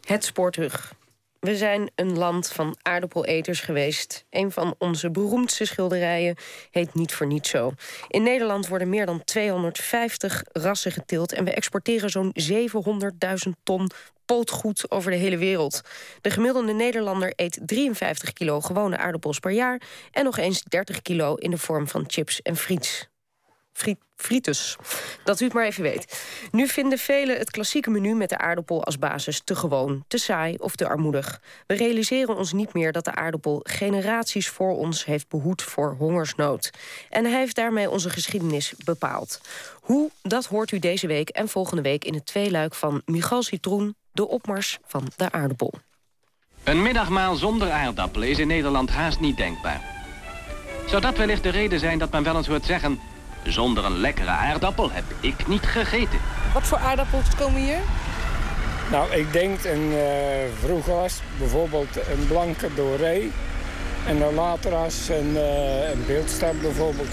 Het spoor terug. We zijn een land van aardappeleters geweest. Een van onze beroemdste schilderijen heet niet voor niets zo. In Nederland worden meer dan 250 rassen geteeld en we exporteren zo'n 700.000 ton pootgoed over de hele wereld. De gemiddelde Nederlander eet 53 kilo gewone aardappels per jaar en nog eens 30 kilo in de vorm van chips en frieters. Dat u het maar even weet. Nu vinden velen het klassieke menu met de aardappel als basis te gewoon, te saai of te armoedig. We realiseren ons niet meer dat de aardappel generaties voor ons heeft behoed voor hongersnood. En hij heeft daarmee onze geschiedenis bepaald. Hoe, dat hoort u deze week en volgende week in het tweeluik van Michal Citroen, de opmars van de aardappel. Een middagmaal zonder aardappelen is in Nederland haast niet denkbaar. Zou dat wellicht de reden zijn dat men wel eens hoort zeggen: zonder een lekkere aardappel heb ik niet gegeten? Wat voor aardappels komen hier? Nou, ik denk vroeger was bijvoorbeeld een blanke doré. En dan later als een beeldstad bijvoorbeeld.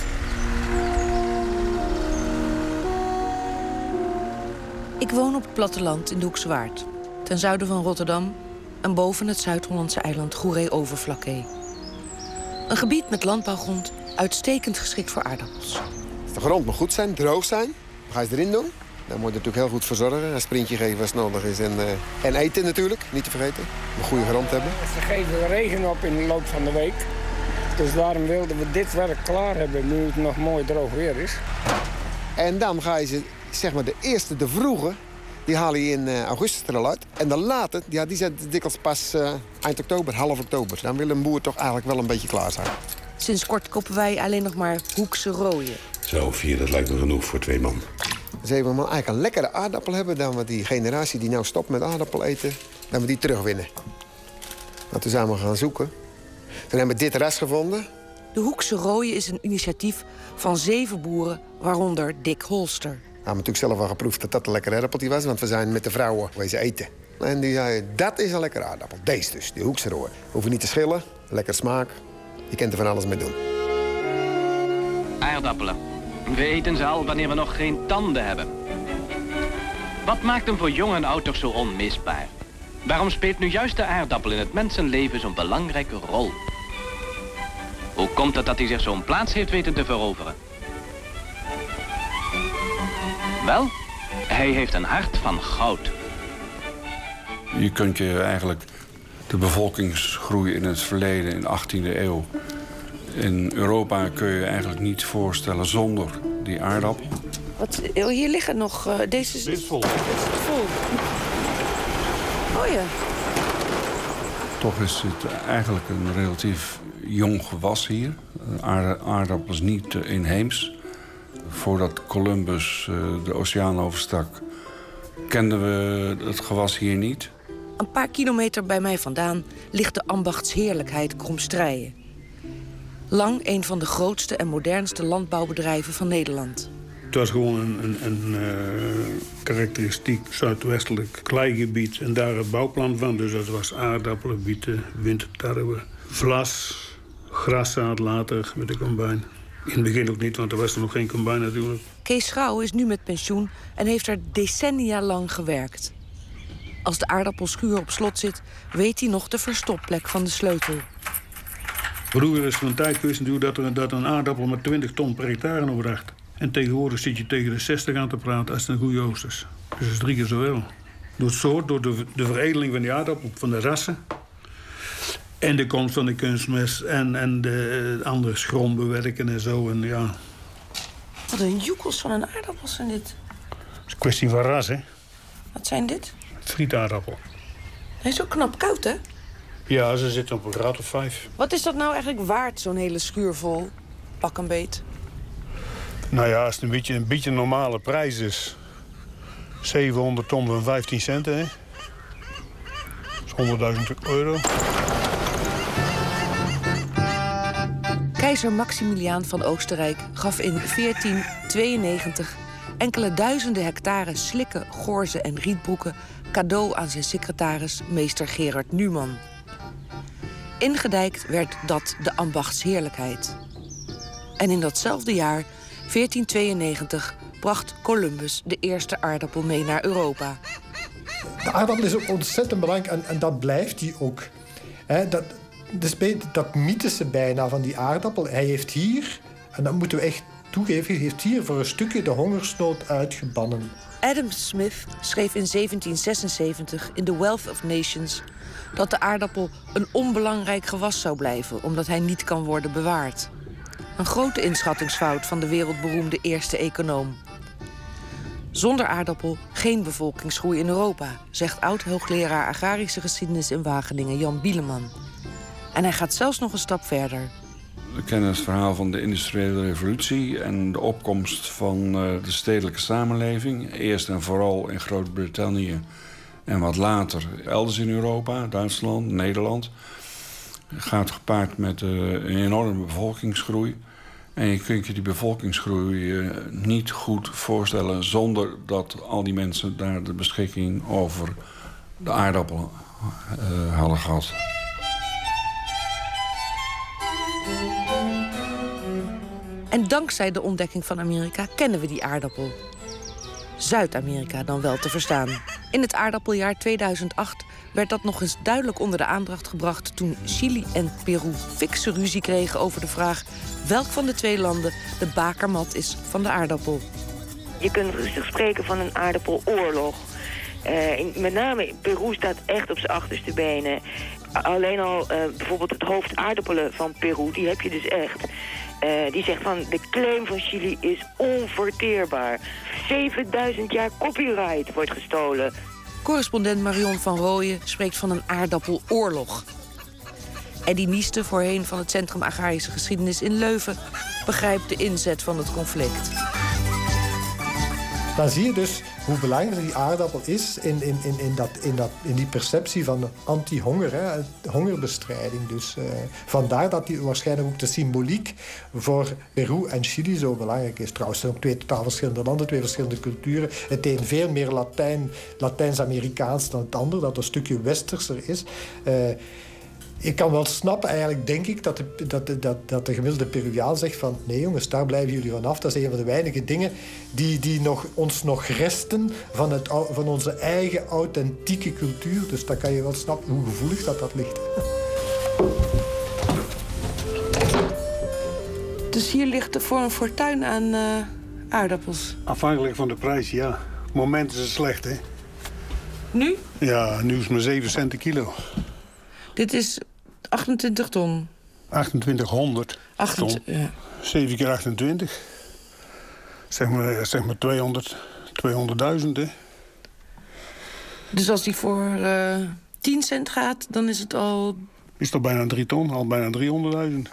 Ik woon op het platteland in de Hoekse Waard, ten zuiden van Rotterdam en boven het Zuid-Hollandse eiland Goeree-Overflakkee. Een gebied met landbouwgrond uitstekend geschikt voor aardappels. Als de grond moet goed zijn, droog zijn, dan ga je erin doen. Dan moet je natuurlijk heel goed verzorgen. Een sprintje geven als nodig is. En eten natuurlijk, niet te vergeten. Een goede grond hebben. Ze geven regen op in de loop van de week. Dus daarom wilden we dit werk klaar hebben, nu het nog mooi droog weer is. En dan ga je ze, zeg maar de vroege, die haal je in augustus er al uit. En de late, ja, die zijn dikwijls pas eind oktober, half oktober. Dan wil een boer toch eigenlijk wel een beetje klaar zijn. Sinds kort kopen wij alleen nog maar Hoekse rooien. Zo, 4, dat lijkt me genoeg voor 2 man. Dus even we eigenlijk een lekkere aardappel hebben, dan we die generatie die nou stopt met aardappel eten, dan we die terugwinnen. Want toen zijn we gaan zoeken. Toen hebben we dit ras gevonden. De Hoekse rooien is een initiatief van 7 boeren, waaronder Dick Holster. We hebben natuurlijk zelf al geproefd dat dat een lekker aardappeltje was, want we zijn met de vrouwen wezen eten. En die zei, dat is een lekkere aardappel. Deze dus, die Hoekse rooien. Hoeven niet te schillen, lekker smaak. Je kunt er van alles mee doen. Aardappelen. We eten ze al wanneer we nog geen tanden hebben. Wat maakt hem voor jong en oud toch zo onmisbaar? Waarom speelt nu juist de aardappel in het mensenleven zo'n belangrijke rol? Hoe komt het dat hij zich zo'n plaats heeft weten te veroveren? Wel, hij heeft een hart van goud. Je kunt je eigenlijk de bevolkingsgroei in het verleden, in de 18e eeuw... in Europa kun je eigenlijk niet voorstellen zonder die aardappel. Hier liggen nog... Dit is vol. Dit is vol. Oh ja. Toch is het eigenlijk een relatief jong gewas hier. Aardappel is niet inheems. Voordat Columbus de oceaan overstak, kenden we het gewas hier niet. Een paar kilometer bij mij vandaan ligt de ambachtsheerlijkheid Kromstrijen. Lang een van de grootste en modernste landbouwbedrijven van Nederland. Het was gewoon een karakteristiek zuidwestelijk kleigebied en daar het bouwplan van. Dus dat was aardappelen, bieten, wintertarwe, vlas, graszaad later met de combine. In het begin ook niet, want er was er nog geen combine natuurlijk. Kees Schouw is nu met pensioen en heeft er decennia lang gewerkt. Als de aardappelschuur op slot zit, weet hij nog de verstopplek van de sleutel. Vroeger is er een tijd geweest natuurlijk dat een aardappel met 20 ton per hectare opbracht. En tegenwoordig zit je tegen de 60 aan te praten als het een goede oogst is. Dus dat is 3 keer zoveel. Door het soort, door de veredeling van die aardappel, van de rassen. En de komst van de kunstmest en de andere schroom bewerken en zo. En ja. Wat een joekels van een aardappel zijn dit. Het is een kwestie van ras, hè. Wat zijn dit? Frietaardappel. Hij is ook knap koud, hè? Ja, ze zitten op een graad of 5. Wat is dat nou eigenlijk waard, zo'n hele schuur vol? Pak een beet. Nou ja, als het een beetje normale prijs is. 700 ton van 15 cent, hè. Dat is 100.000 euro. Keizer Maximiliaan van Oostenrijk gaf in 1492 enkele duizenden hectare slikken, gorzen en rietbroeken cadeau aan zijn secretaris, meester Gerard Numan. Ingedijkt werd dat de ambachtsheerlijkheid. En in datzelfde jaar, 1492, bracht Columbus de eerste aardappel mee naar Europa. De aardappel is ook ontzettend belangrijk en dat blijft die ook. Dat mythische bijna van die aardappel. Hij heeft hier, en dat moeten we echt toegeven, hij heeft hier voor een stukje de hongersnood uitgebannen. Adam Smith schreef in 1776 in The Wealth of Nations dat de aardappel een onbelangrijk gewas zou blijven, omdat hij niet kan worden bewaard. Een grote inschattingsfout van de wereldberoemde eerste econoom. Zonder aardappel geen bevolkingsgroei in Europa, zegt oud-hoogleraar agrarische geschiedenis in Wageningen Jan Bieleman. En hij gaat zelfs nog een stap verder. We kennen het verhaal van de industriële revolutie en de opkomst van de stedelijke samenleving. Eerst en vooral in Groot-Brittannië en wat later elders in Europa, Duitsland, Nederland. Het gaat gepaard met een enorme bevolkingsgroei. En je kunt je die bevolkingsgroei niet goed voorstellen zonder dat al die mensen daar de beschikking over de aardappel hadden gehad. En dankzij de ontdekking van Amerika kennen we die aardappel. Zuid-Amerika dan wel te verstaan. In het aardappeljaar 2008 werd dat nog eens duidelijk onder de aandacht gebracht toen Chili en Peru fikse ruzie kregen over de vraag welk van de twee landen de bakermat is van de aardappel. Je kunt rustig spreken van een aardappeloorlog. Met name Peru staat echt op zijn achterste benen. Alleen al bijvoorbeeld het hoofd aardappelen van Peru, die heb je dus echt. Die zegt van de claim van Chili is onverteerbaar. 7000 jaar copyright wordt gestolen. Correspondent Marion van Rooyen spreekt van een aardappeloorlog. Eddie Nieste, voorheen van het Centrum Agrarische Geschiedenis in Leuven, begrijpt de inzet van het conflict. Dan zie je dus hoe belangrijk die aardappel is in die perceptie van anti-honger, hongerbestrijding. Dus vandaar dat die waarschijnlijk ook de symboliek voor Peru en Chili zo belangrijk is. Trouwens, het zijn ook twee totaal verschillende landen, twee verschillende culturen. Het een veel meer Latijns-Amerikaans dan het ander, dat een stukje westerser is. Ik kan wel snappen, eigenlijk denk ik, dat de gemiddelde Peruviaan zegt van nee jongens, daar blijven jullie vanaf. Dat is een van de weinige dingen die ons nog resten van onze eigen authentieke cultuur. Dus dan kan je wel snappen hoe gevoelig dat ligt. Dus hier ligt er voor een fortuin aan aardappels? Afhankelijk van de prijs, ja. Op het moment is het slecht, hè. Nu? Ja, nu is het maar 7 cent een kilo. Dit is 28 ton. 2800 ton. Ja. 7 keer 28. Zeg maar 200.000, hè. Dus als die voor 10 cent gaat, dan is het al... Is dat bijna 3 ton, al bijna 300.000.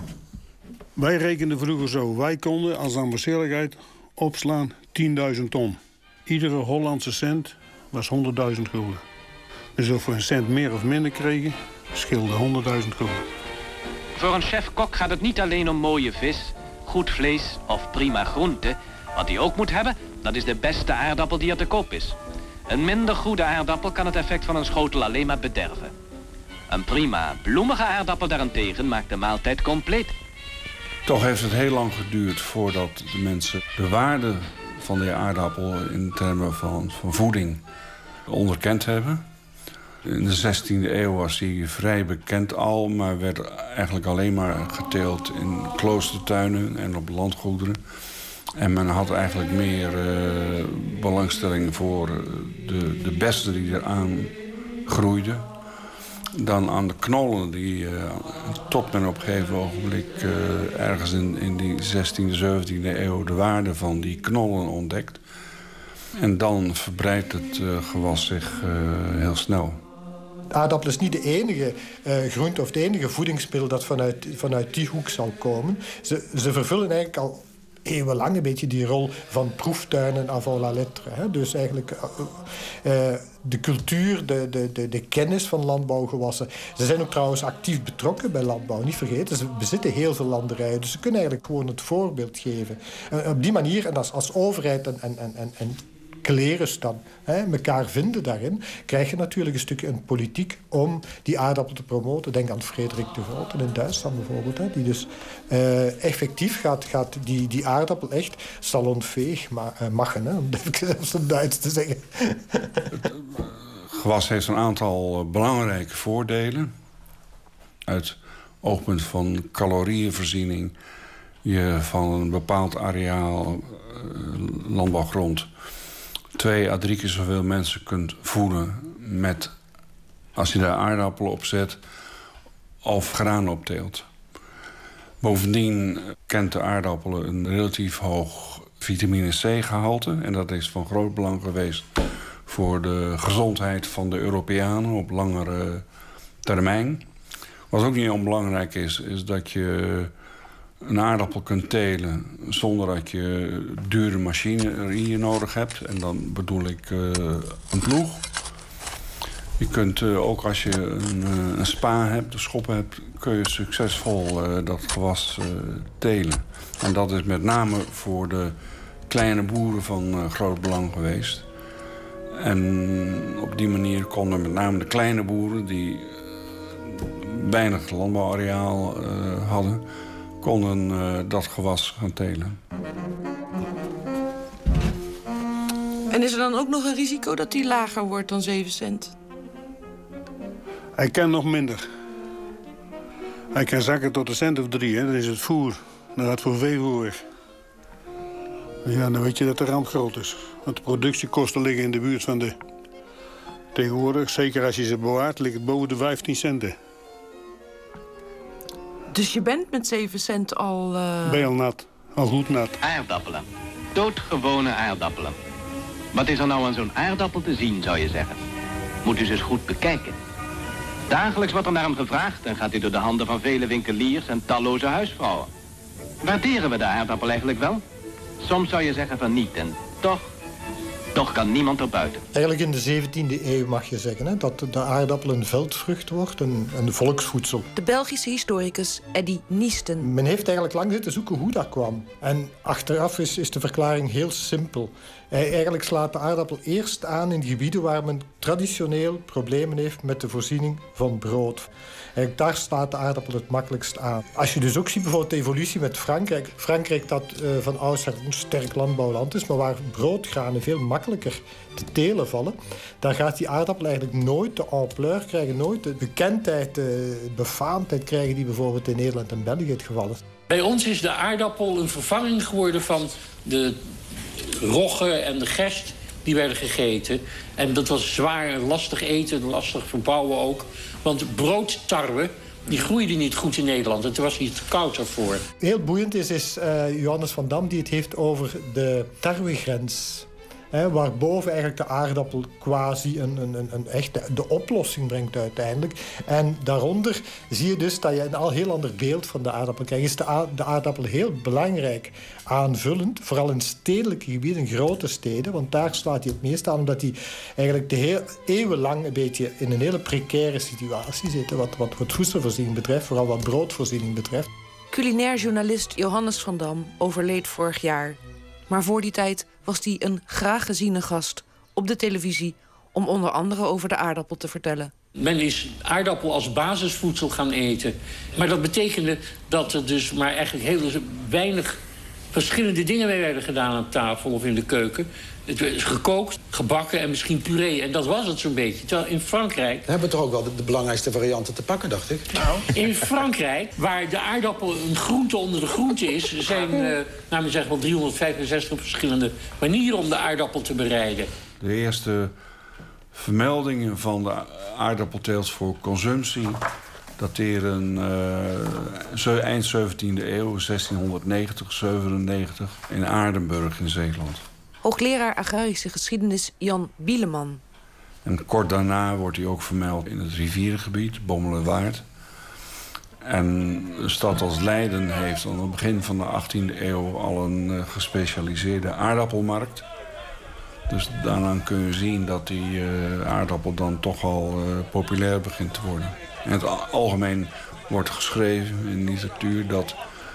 Wij rekenden vroeger zo. Wij konden als aanbestedelijkheid opslaan 10.000 ton. Iedere Hollandse cent was 100.000 gulden. Dus of we een cent meer of minder kregen, scheelde 100.000 gulden. Voor een chef-kok gaat het niet alleen om mooie vis, goed vlees of prima groente. Wat hij ook moet hebben, dat is de beste aardappel die er te koop is. Een minder goede aardappel kan het effect van een schotel alleen maar bederven. Een prima, bloemige aardappel daarentegen maakt de maaltijd compleet. Toch heeft het heel lang geduurd voordat de mensen de waarde van die aardappel in termen van voeding onderkend hebben. In de 16e eeuw was die vrij bekend al, maar werd eigenlijk alleen maar geteeld in kloostertuinen en op landgoederen. En men had eigenlijk meer belangstelling voor de bessen die eraan groeiden dan aan de knollen die tot men op een gegeven ogenblik ergens in die 16e, 17e eeuw de waarde van die knollen ontdekt. En dan verbreidt het gewas zich heel snel. De aardappel is niet de enige groente of het enige voedingsmiddel dat vanuit die hoek zal komen. Ze vervullen eigenlijk al eeuwenlang een beetje die rol van proeftuinen avant la lettre. Hè? Dus eigenlijk de cultuur, de kennis van landbouwgewassen. Ze zijn ook trouwens actief betrokken bij landbouw, niet vergeten. Ze bezitten heel veel landerijen, dus ze kunnen eigenlijk gewoon het voorbeeld geven. En op die manier, en als overheid en klerens dan elkaar vinden daarin, krijg je natuurlijk een stukje een politiek om die aardappel te promoten. Denk aan Frederik de Grote in Duitsland bijvoorbeeld, die dus effectief gaat die aardappel echt salonfähig machen, om het zelfs in Duits te zeggen. gewas heeft een aantal belangrijke voordelen. Uit oogpunt van calorieënvoorziening, je van een bepaald areaal landbouwgrond 2 à 3 keer zoveel mensen kunt voeden met, als je daar aardappelen op zet of graan opteelt. Bovendien kent de aardappelen een relatief hoog vitamine C gehalte. En dat is van groot belang geweest voor de gezondheid van de Europeanen op langere termijn. Wat ook niet onbelangrijk is dat je een aardappel kunt telen zonder dat je dure machinerie nodig hebt. En dan bedoel ik een ploeg. Je kunt ook als je een spa hebt, een schop hebt, kun je succesvol dat gewas telen. En dat is met name voor de kleine boeren van groot belang geweest. En op die manier konden met name de kleine boeren die weinig landbouwareaal hadden, konden dat gewas gaan telen. En is er dan ook nog een risico dat die lager wordt dan 7 cent? Hij kan nog minder. Hij kan zakken tot 1 cent of 3, hè. Dat is het voer. Dat gaat voor veevoer weg. Ja, dan weet je dat de ramp groot is. Want de productiekosten liggen in de buurt van de... Tegenwoordig, zeker als je ze bewaart, ligt het boven de 15 centen. Dus je bent met 7 cent al... Ben je al nat. Al goed nat. Aardappelen. Doodgewone aardappelen. Wat is er nou aan zo'n aardappel te zien, zou je zeggen? Moet u ze eens goed bekijken. Dagelijks wordt er naar hem gevraagd en gaat hij door de handen van vele winkeliers en talloze huisvrouwen. Waarderen we de aardappel eigenlijk wel? Soms zou je zeggen van niet en toch kan niemand er buiten. Eigenlijk in de 17e eeuw mag je zeggen, hè, dat de aardappel een veldvrucht wordt, een volksvoedsel. De Belgische historicus Eddy Niesten. Men heeft eigenlijk lang zitten zoeken hoe dat kwam. En achteraf is de verklaring heel simpel. Eigenlijk slaat de aardappel eerst aan in gebieden waar men traditioneel problemen heeft met de voorziening van brood. Eigenlijk daar slaat de aardappel het makkelijkst aan. Als je dus ook ziet bijvoorbeeld de evolutie met Frankrijk. Frankrijk dat van oudsher een sterk landbouwland is, maar waar broodgranen veel makkelijker te telen vallen. Daar gaat die aardappel eigenlijk nooit de ampleur krijgen, nooit de bekendheid, de befaamdheid krijgen die bijvoorbeeld in Nederland en België het geval is. Bij ons is de aardappel een vervanging geworden van de rogge en de gerst die werden gegeten. En dat was zwaar en lastig eten, lastig verbouwen ook. Want broodtarwe, die groeide niet goed in Nederland. Het was niet koud ervoor. Heel boeiend is Johannes van Dam die het heeft over de tarwegrens. Waarboven eigenlijk de aardappel quasi een echte de oplossing brengt uiteindelijk. En daaronder zie je dus dat je een al heel ander beeld van de aardappel krijgt. Is de aardappel heel belangrijk aanvullend, vooral in stedelijke gebieden, in grote steden. Want daar slaat hij het meest aan, omdat hij eigenlijk eeuwenlang een beetje in een hele precaire situatie zit. Wat voedselvoorziening betreft, vooral wat broodvoorziening betreft. Culinair journalist Johannes van Dam overleed vorig jaar. Maar voor die tijd was hij een graag geziene gast op de televisie om onder andere over de aardappel te vertellen. Men is aardappel als basisvoedsel gaan eten. Maar dat betekende dat er dus maar eigenlijk heel weinig verschillende dingen mee werden gedaan aan tafel of in de keuken. Het werd gekookt, gebakken en misschien puree. En dat was het zo'n beetje. Terwijl in Frankrijk... We hebben toch ook wel de belangrijkste varianten te pakken, dacht ik. Nou, in Frankrijk, waar de aardappel een groente onder de groente is, zijn namelijk zeg wel 365 verschillende manieren om de aardappel te bereiden. De eerste vermeldingen van de aardappelteelt voor consumptie dateren eind 17e eeuw, 1690, 97, in Aardenburg in Zeeland. Hoogleraar agrarische geschiedenis Jan Bieleman. En kort daarna wordt hij ook vermeld in het rivierengebied, Bommelerwaard. En een stad als Leiden heeft aan het begin van de 18e eeuw al een gespecialiseerde aardappelmarkt. Dus daaraan kun je zien dat die aardappel dan toch al populair begint te worden. In het algemeen wordt geschreven in de literatuur dat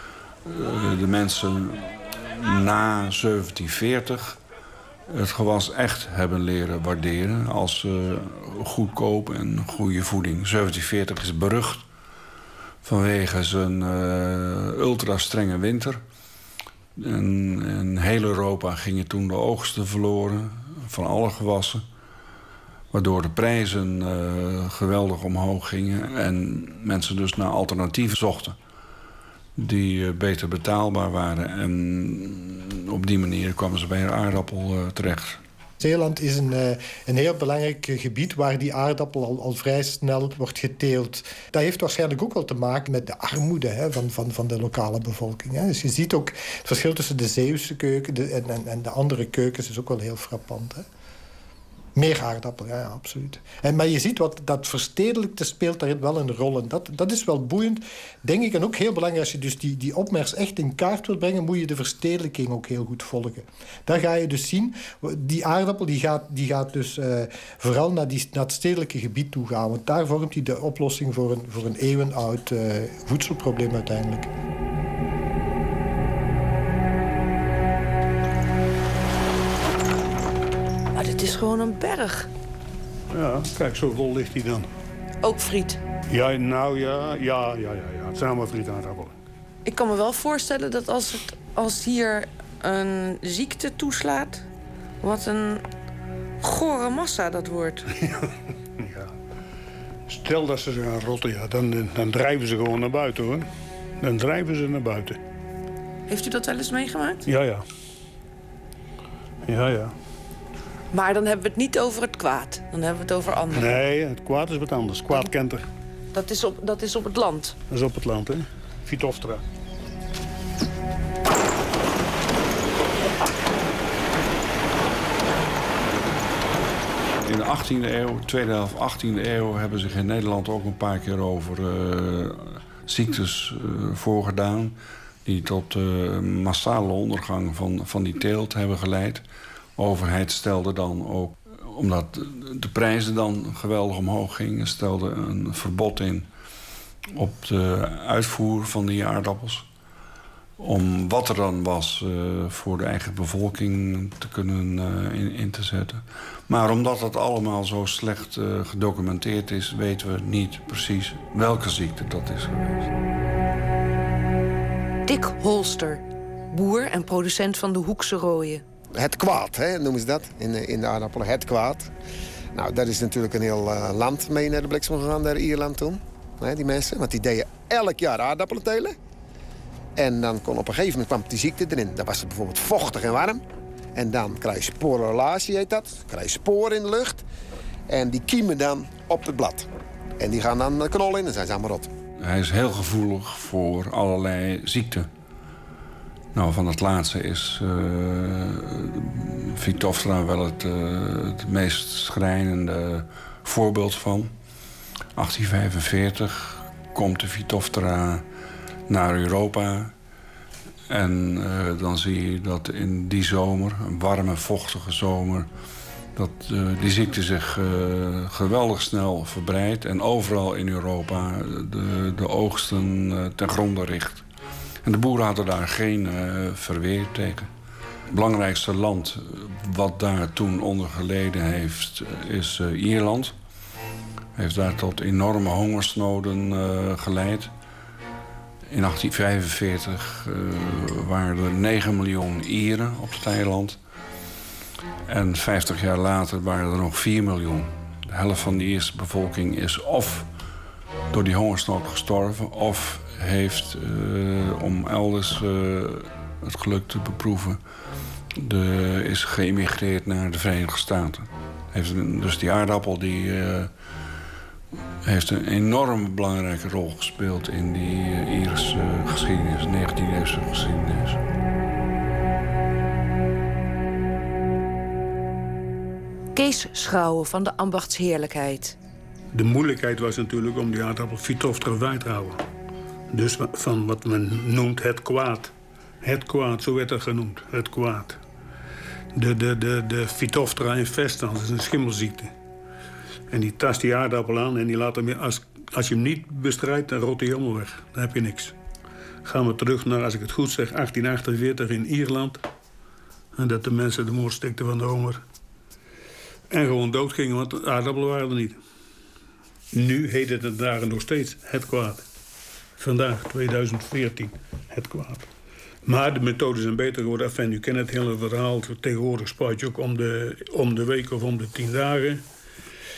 de mensen na 1740 het gewas echt hebben leren waarderen als goedkoop en goede voeding. 1740 is berucht vanwege zijn ultra strenge winter. En in heel Europa gingen toen de oogsten verloren van alle gewassen. Waardoor de prijzen geweldig omhoog gingen en mensen dus naar alternatieven zochten die beter betaalbaar waren. En op die manier kwamen ze bij een aardappel terecht. Zeeland is een heel belangrijk gebied waar die aardappel al vrij snel wordt geteeld. Dat heeft waarschijnlijk ook wel te maken met de armoede van de lokale bevolking. Hè. Dus je ziet ook het verschil tussen de Zeeuwse keuken en de andere keukens is ook wel heel frappant. Hè. Meer aardappel, ja, absoluut. Maar je ziet dat verstedelijkte speelt daarin wel een rol. En dat is wel boeiend, denk ik. En ook heel belangrijk, als je dus die opmars echt in kaart wilt brengen, moet je de verstedelijking ook heel goed volgen. Daar ga je dus zien, die aardappel die gaat dus vooral naar het stedelijke gebied toe gaan. Want daar vormt hij de oplossing voor een eeuwenoud voedselprobleem uiteindelijk. Het is gewoon een berg. Ja, kijk, zo vol ligt hij dan. Ook friet? Ja, nou ja. Het zijn allemaal frietaardappelen. Ik kan me wel voorstellen dat als hier een ziekte toeslaat, wat een gore massa dat wordt. Ja. Stel dat ze gaan rotten, ja, dan drijven ze gewoon naar buiten, hoor. Dan drijven ze naar buiten. Heeft u dat wel eens meegemaakt? Ja. Ja. Maar dan hebben we het niet over het kwaad. Dan hebben we het over anderen. Nee, het kwaad is wat anders. Kwaad kent er. Dat is op het land? Dat is op het land, hè. Phytophthora. In de 18e eeuw, tweede helft 18e eeuw, hebben zich in Nederland ook een paar keer over ziektes voorgedaan die tot massale ondergang van die teelt hebben geleid. De overheid stelde dan ook, omdat de prijzen dan geweldig omhoog gingen, stelde een verbod in op de uitvoer van die aardappels. Om wat er dan was voor de eigen bevolking te kunnen in te zetten. Maar omdat het allemaal zo slecht gedocumenteerd is, weten we niet precies welke ziekte dat is geweest. Dick Holster, boer en producent van de Hoekse rooien. Het kwaad, noemen ze dat, in de aardappelen. Het kwaad. Nou, daar is natuurlijk een heel land mee naar de bliksem gegaan, naar Ierland toen. Die mensen, want die deden elk jaar aardappelen telen. En dan kon op een gegeven moment kwam die ziekte erin. Dan was het bijvoorbeeld vochtig en warm. En dan krijg je sporulatie, heet dat. Dan krijg je sporen in de lucht. En die kiemen dan op het blad. En die gaan dan de knol in en zijn ze allemaal rot. Hij is heel gevoelig voor allerlei ziekten. Nou, van het laatste is Phytophthora wel het meest schrijnende voorbeeld van. 1845 komt de Phytophthora naar Europa. En dan zie je dat in die zomer, een warme, vochtige zomer, dat die ziekte zich geweldig snel verbreidt en overal in Europa de oogsten ten gronde richt. En de boeren hadden daar geen verweer tegen. Het belangrijkste land wat daar toen onder geleden heeft, is Ierland. Heeft daar tot enorme hongersnoden geleid. In 1845 waren er 9 miljoen Ieren op het eiland. En 50 jaar later waren er nog 4 miljoen. De helft van de Ierse bevolking is of door die hongersnood gestorven, of heeft, om elders het geluk te beproeven, is geëmigreerd naar de Verenigde Staten. Dus die aardappel die heeft een enorm belangrijke rol gespeeld in die Ierse geschiedenis, 19e-eeuwse geschiedenis. Kees Schouwen van de Ambachtsheerlijkheid. De moeilijkheid was natuurlijk om die aardappel Phytophthora vrij te houden. Dus van wat men noemt het kwaad. Het kwaad, zo werd dat genoemd, het kwaad. De Phytophthora infestans, dat is een schimmelziekte. En die tast die aardappel aan en die laat hem, als je hem niet bestrijdt, dan rot hij helemaal weg. Dan heb je niks. Gaan we terug naar, als ik het goed zeg, 1848 in Ierland. En dat de mensen de moord stikten van de honger. En gewoon doodgingen, want de aardappelen waren er niet. Nu heet het daar nog steeds het kwaad. Vandaag, 2014, het kwaad. Maar de methoden zijn beter geworden. Enfin, u kent het hele verhaal. Tegenwoordig spuit je ook om de week of om de 10 dagen.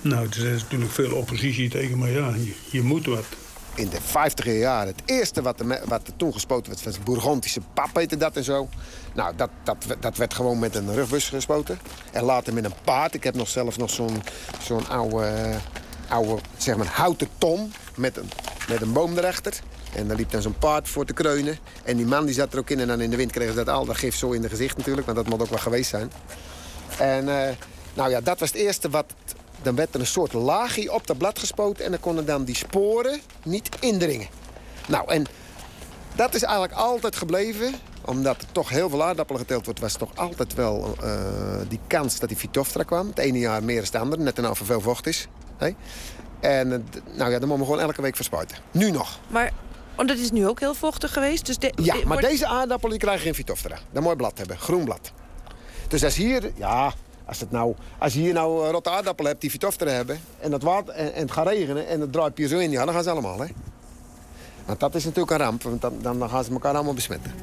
Nou, er is natuurlijk veel oppositie tegen, maar ja, je moet wat. In de 50e jaren, het eerste wat er toen gespoten werd... was Bourgondische pap, heette dat en zo. Nou, dat werd gewoon met een rugbus gespoten. En later met een paard. Ik heb zelfs nog zo'n oude zeg maar, houten tom met een boom erachter. En daar liep dan zo'n paard voor te kreunen. En die man die zat er ook in. En dan in de wind kregen ze dat gif zo in de gezicht natuurlijk. Want dat moet ook wel geweest zijn. En nou ja, dat was het eerste wat... Dan werd er een soort laagje op dat blad gespoten... en dan konden dan die sporen niet indringen. Nou, en dat is eigenlijk altijd gebleven. Omdat er toch heel veel aardappelen geteeld wordt... was toch altijd wel die kans dat die Phytophthora kwam. Het ene jaar meer dan het andere, net en of er veel vocht is. Hey? En nou ja, dan moeten we gewoon elke week verspuiten. Nu nog. Maar dat is nu ook heel vochtig geweest? Dus maar deze aardappelen die krijgen geen Phytophthora. Dat mooi blad hebben, groen blad. Dus als hier... Ja, als je hier nou rotte aardappelen hebt die Phytophthora hebben... en het water en het gaat regenen en het draait je zo in... ja, dan gaan ze allemaal, hè. Want dat is natuurlijk een ramp, want dan gaan ze elkaar allemaal besmetten.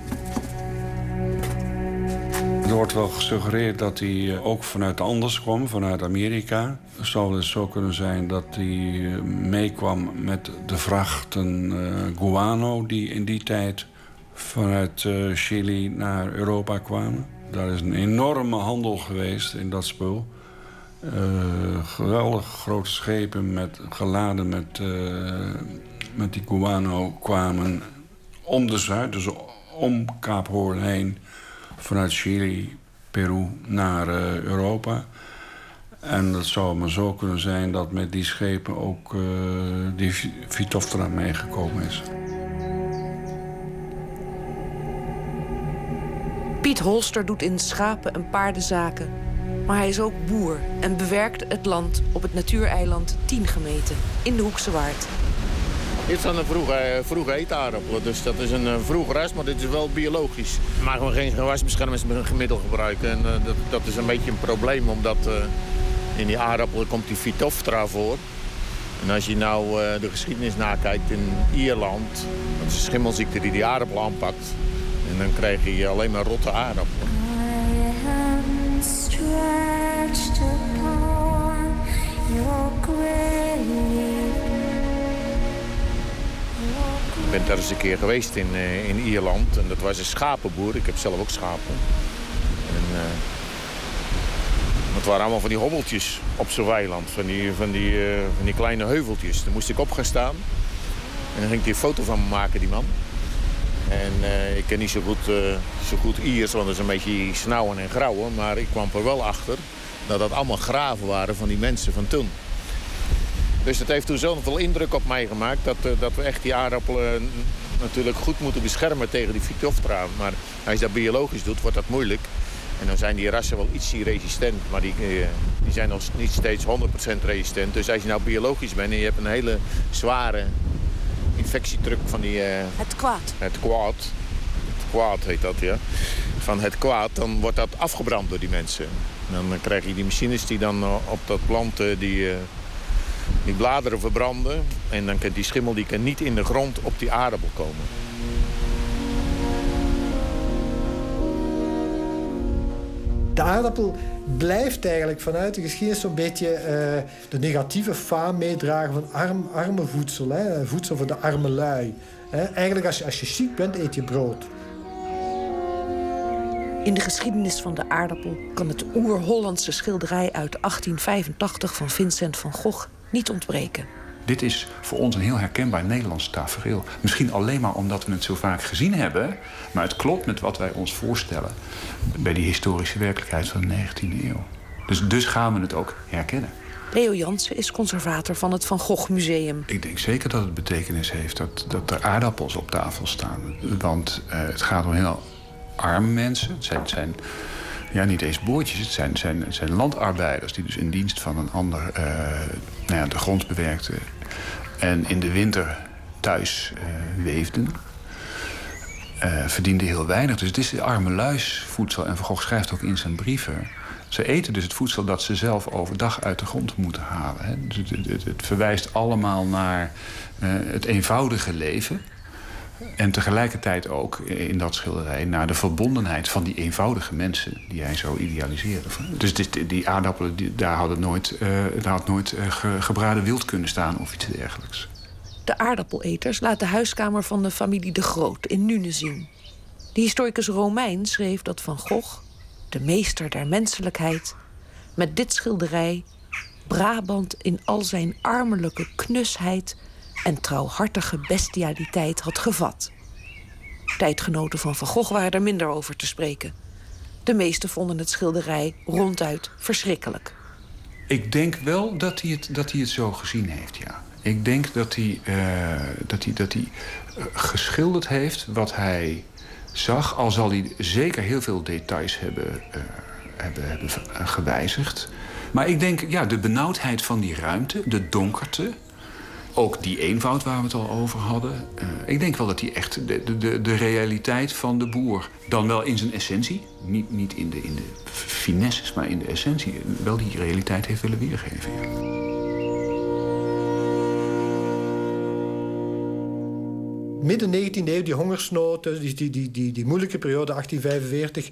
Er wordt wel gesuggereerd dat hij ook vanuit de Andes kwam, vanuit Amerika. Het zou dus zo kunnen zijn dat hij meekwam met de vrachten guano... die in die tijd vanuit Chili naar Europa kwamen. Daar is een enorme handel geweest in dat spul. Geweldig grote schepen geladen met die guano kwamen om de Zuid, dus om Kaap Hoorn heen, vanuit Chili, Peru naar Europa. En dat zou maar zo kunnen zijn dat met die schepen ook die Phytophthora meegekomen is. Piet Holster doet in schapen- en paardenzaken. Maar hij is ook boer en bewerkt het land op het natuureiland Tiengemeten in de Hoekse Waard. Dit zijn een vroege eetaardappelen, dus dat is een vroeg ras, maar dit is wel biologisch. We mogen geen gewasbeschermingsmiddel gebruiken en dat is een beetje een probleem, omdat in die aardappelen komt die Phytophthora voor. En als je nou de geschiedenis nakijkt in Ierland, dat is een schimmelziekte die aardappel aanpakt. En dan krijg je alleen maar rotte aardappelen. Ik ben daar eens een keer geweest in Ierland. En dat was een schapenboer. Ik heb zelf ook schapen. En, het waren allemaal van die hobbeltjes op zo'n weiland. Van die kleine heuveltjes. Daar moest ik op gaan staan. En dan ging hij een foto van me maken, die man. En ik ken niet zo goed Iers, want dat is een beetje snauwen en grauwen. Maar ik kwam er wel achter dat dat allemaal graven waren van die mensen van toen. Dus het heeft toen zoveel indruk op mij gemaakt dat we echt die aardappelen natuurlijk goed moeten beschermen tegen die Phytophthora. Maar als je dat biologisch doet, wordt dat moeilijk. En dan zijn die rassen wel ietsje resistent, maar die zijn nog niet steeds 100% resistent. Dus als je nou biologisch bent en je hebt een hele zware infectiedruk van die... Het kwaad. Het kwaad heet dat, ja. Van het kwaad, dan wordt dat afgebrand door die mensen. En dan krijg je die machines die dan op dat plant die bladeren verbranden. En dan kan die schimmel die kan niet in de grond op die aardappel komen. De aardappel blijft eigenlijk vanuit de geschiedenis zo'n beetje de negatieve faam meedragen van arme voedsel. Hè? Voedsel voor de arme lui. Hè? Eigenlijk als je ziek bent, eet je brood. In de geschiedenis van de aardappel kan het oer-Hollandse schilderij uit 1885 van Vincent van Gogh niet ontbreken. Dit is voor ons een heel herkenbaar Nederlands tafereel. Misschien alleen maar omdat we het zo vaak gezien hebben. Maar het klopt met wat wij ons voorstellen bij die historische werkelijkheid van de 19e eeuw. Dus gaan we het ook herkennen. Leo Jansen is conservator van het Van Gogh Museum. Ik denk zeker dat het betekenis heeft dat er aardappels op tafel staan. Want het gaat om heel arme mensen. Het zijn niet eens boertjes. Het zijn landarbeiders die dus in dienst van een ander de grond bewerkten. En in de winter thuis weefden. Verdienden heel weinig. Dus het is arme luisvoedsel. En Van Gogh schrijft ook in zijn brieven. Ze eten dus het voedsel dat ze zelf overdag uit de grond moeten halen. Hè. Dus het verwijst allemaal naar het eenvoudige leven. En tegelijkertijd ook in dat schilderij naar de verbondenheid van die eenvoudige mensen die hij zo idealiseerde. Dus die aardappelen, daar had nooit gebraden wild kunnen staan of iets dergelijks. De aardappeleters laat de huiskamer van de familie De Groot in Nuenen zien. De historicus Romein schreef dat Van Gogh, de meester der menselijkheid, met dit schilderij Brabant in al zijn armelijke knusheid en trouwhartige bestialiteit had gevat. Tijdgenoten van Van Gogh waren er minder over te spreken. De meesten vonden het schilderij ronduit verschrikkelijk. Ik denk wel dat hij het zo gezien heeft, ja. Ik denk dat hij geschilderd heeft wat hij zag, al zal hij zeker heel veel details hebben gewijzigd. Maar ik denk, ja, de benauwdheid van die ruimte, de donkerte, ook die eenvoud waar we het al over hadden. Ik denk wel dat hij echt de realiteit van de boer, dan wel in zijn essentie, niet in de finesses, maar in de essentie, wel die realiteit heeft willen weergeven. Ja. Midden 19e eeuw, die hongersnood, die moeilijke periode 1845,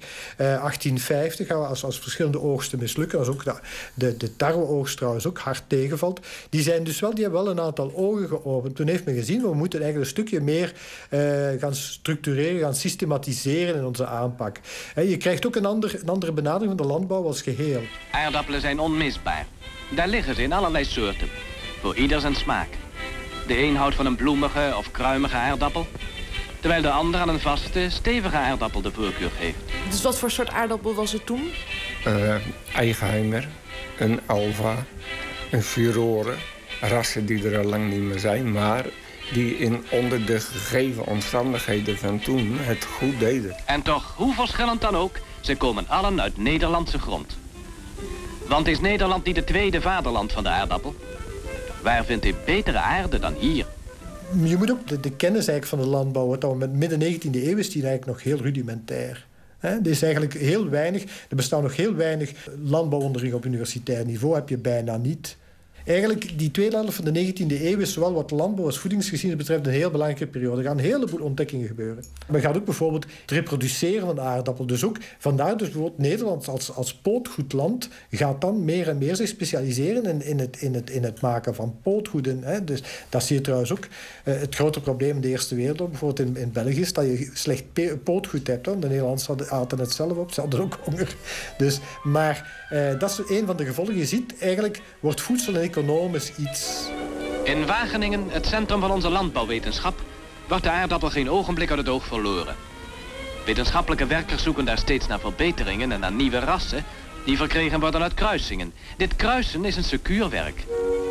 1850, als verschillende oogsten mislukken, als ook de tarweoogst trouwens ook hard tegenvalt, die hebben wel een aantal ogen geopend. Toen heeft men gezien, we moeten eigenlijk een stukje meer gaan structureren, gaan systematiseren in onze aanpak. Je krijgt ook een andere benadering van de landbouw als geheel. Aardappelen zijn onmisbaar. Daar liggen ze in allerlei soorten, voor ieder zijn smaak. De een houdt van een bloemige of kruimige aardappel, terwijl de ander aan een vaste, stevige aardappel de voorkeur geeft. Dus wat voor soort aardappel was het toen? Eigenheimer, een Alva, een Furore. Rassen die er al lang niet meer zijn, maar die onder de gegeven omstandigheden van toen het goed deden. En toch, hoe verschillend dan ook, ze komen allen uit Nederlandse grond. Want is Nederland niet het tweede vaderland van de aardappel? Waar vindt u betere aarde dan hier? Je moet ook de kennis eigenlijk van de landbouw, wat dan met midden 19e eeuw is die eigenlijk nog heel rudimentair. Er is eigenlijk heel weinig, er bestaan nog heel weinig landbouwonderrichting op universitair niveau, heb je bijna niet. Eigenlijk, die tweede helft van de 19e eeuw is zowel wat landbouw als voedingsgeschiedenis betreft een heel belangrijke periode. Er gaan een heleboel ontdekkingen gebeuren. Men gaat ook bijvoorbeeld het reproduceren van de aardappel. Dus ook vandaar dus bijvoorbeeld Nederland als pootgoedland gaat dan meer en meer zich specialiseren in het maken van pootgoeden. Dus dat zie je trouwens ook. Het grote probleem in de Eerste Wereldoorlog, bijvoorbeeld in België, is dat je slecht pootgoed hebt. De Nederlanders aten het zelf op, ze hadden ook honger. Dus, maar dat is een van de gevolgen. Je ziet, eigenlijk wordt voedsel en economisch iets. In Wageningen, het centrum van onze landbouwwetenschap, wordt de aardappel geen ogenblik uit het oog verloren. Wetenschappelijke werkers zoeken daar steeds naar verbeteringen en naar nieuwe rassen die verkregen worden uit kruisingen. Dit kruisen is een secuur werk.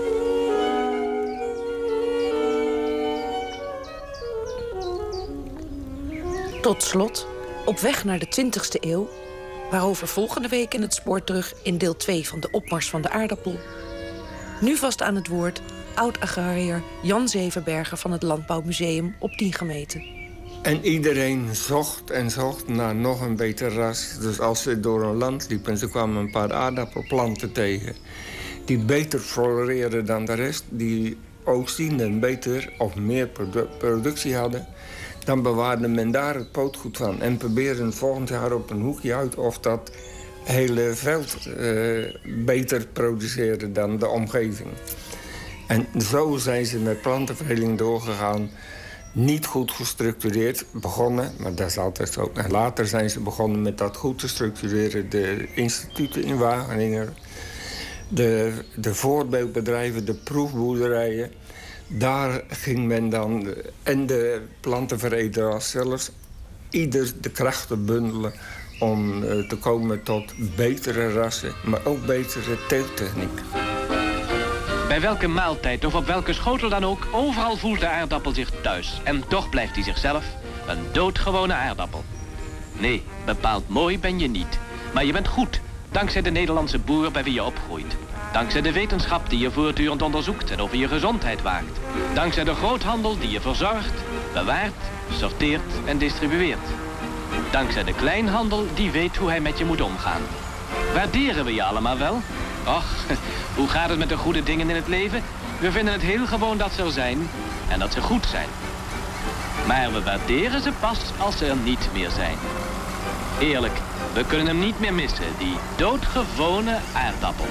Tot slot, op weg naar de 20e eeuw, waarover volgende week in het Spoor terug in deel 2 van de opmars van de aardappel. Nu vast aan het woord oud-agrariër Jan Zevenbergen van het Landbouwmuseum op 10 gemeten. En iedereen zocht en zocht naar nog een beter ras. Dus als ze door een land liepen en ze kwamen een paar aardappelplanten tegen die beter floreerden dan de rest, die oogsten en beter of meer productie hadden, dan bewaarde men daar het pootgoed van en probeerde volgend jaar op een hoekje uit of dat hele veld beter produceerde dan de omgeving. En zo zijn ze met plantenveredeling doorgegaan. Niet goed gestructureerd begonnen, maar dat is altijd zo. En later zijn ze begonnen met dat goed te structureren. De instituten in Wageningen, de voorbeeldbedrijven, de proefboerderijen. Daar ging men dan, en de plantenveredelaars zelfs, ieder de krachten bundelen om te komen tot betere rassen, maar ook betere teeltechniek. Bij welke maaltijd of op welke schotel dan ook, overal voelt de aardappel zich thuis. En toch blijft hij zichzelf een doodgewone aardappel. Nee, bepaald mooi ben je niet. Maar je bent goed, dankzij de Nederlandse boer bij wie je opgroeit. Dankzij de wetenschap die je voortdurend onderzoekt en over je gezondheid waakt. Dankzij de groothandel die je verzorgt, bewaart, sorteert en distribueert. Dankzij de kleinhandel die weet hoe hij met je moet omgaan. Waarderen we je allemaal wel? Och, hoe gaat het met de goede dingen in het leven? We vinden het heel gewoon dat ze er zijn en dat ze goed zijn. Maar we waarderen ze pas als ze er niet meer zijn. Eerlijk, we kunnen hem niet meer missen, die doodgewone aardappel.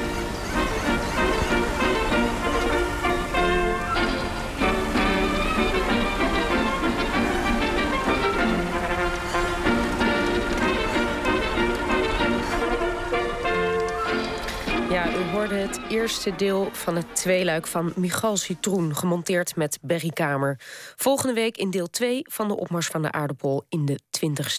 Ja, u hoorde het eerste deel van het tweeluik van Michal Citroen, gemonteerd met Berry Kamer. Volgende week in deel 2 van de opmars van de aardappel in de 20e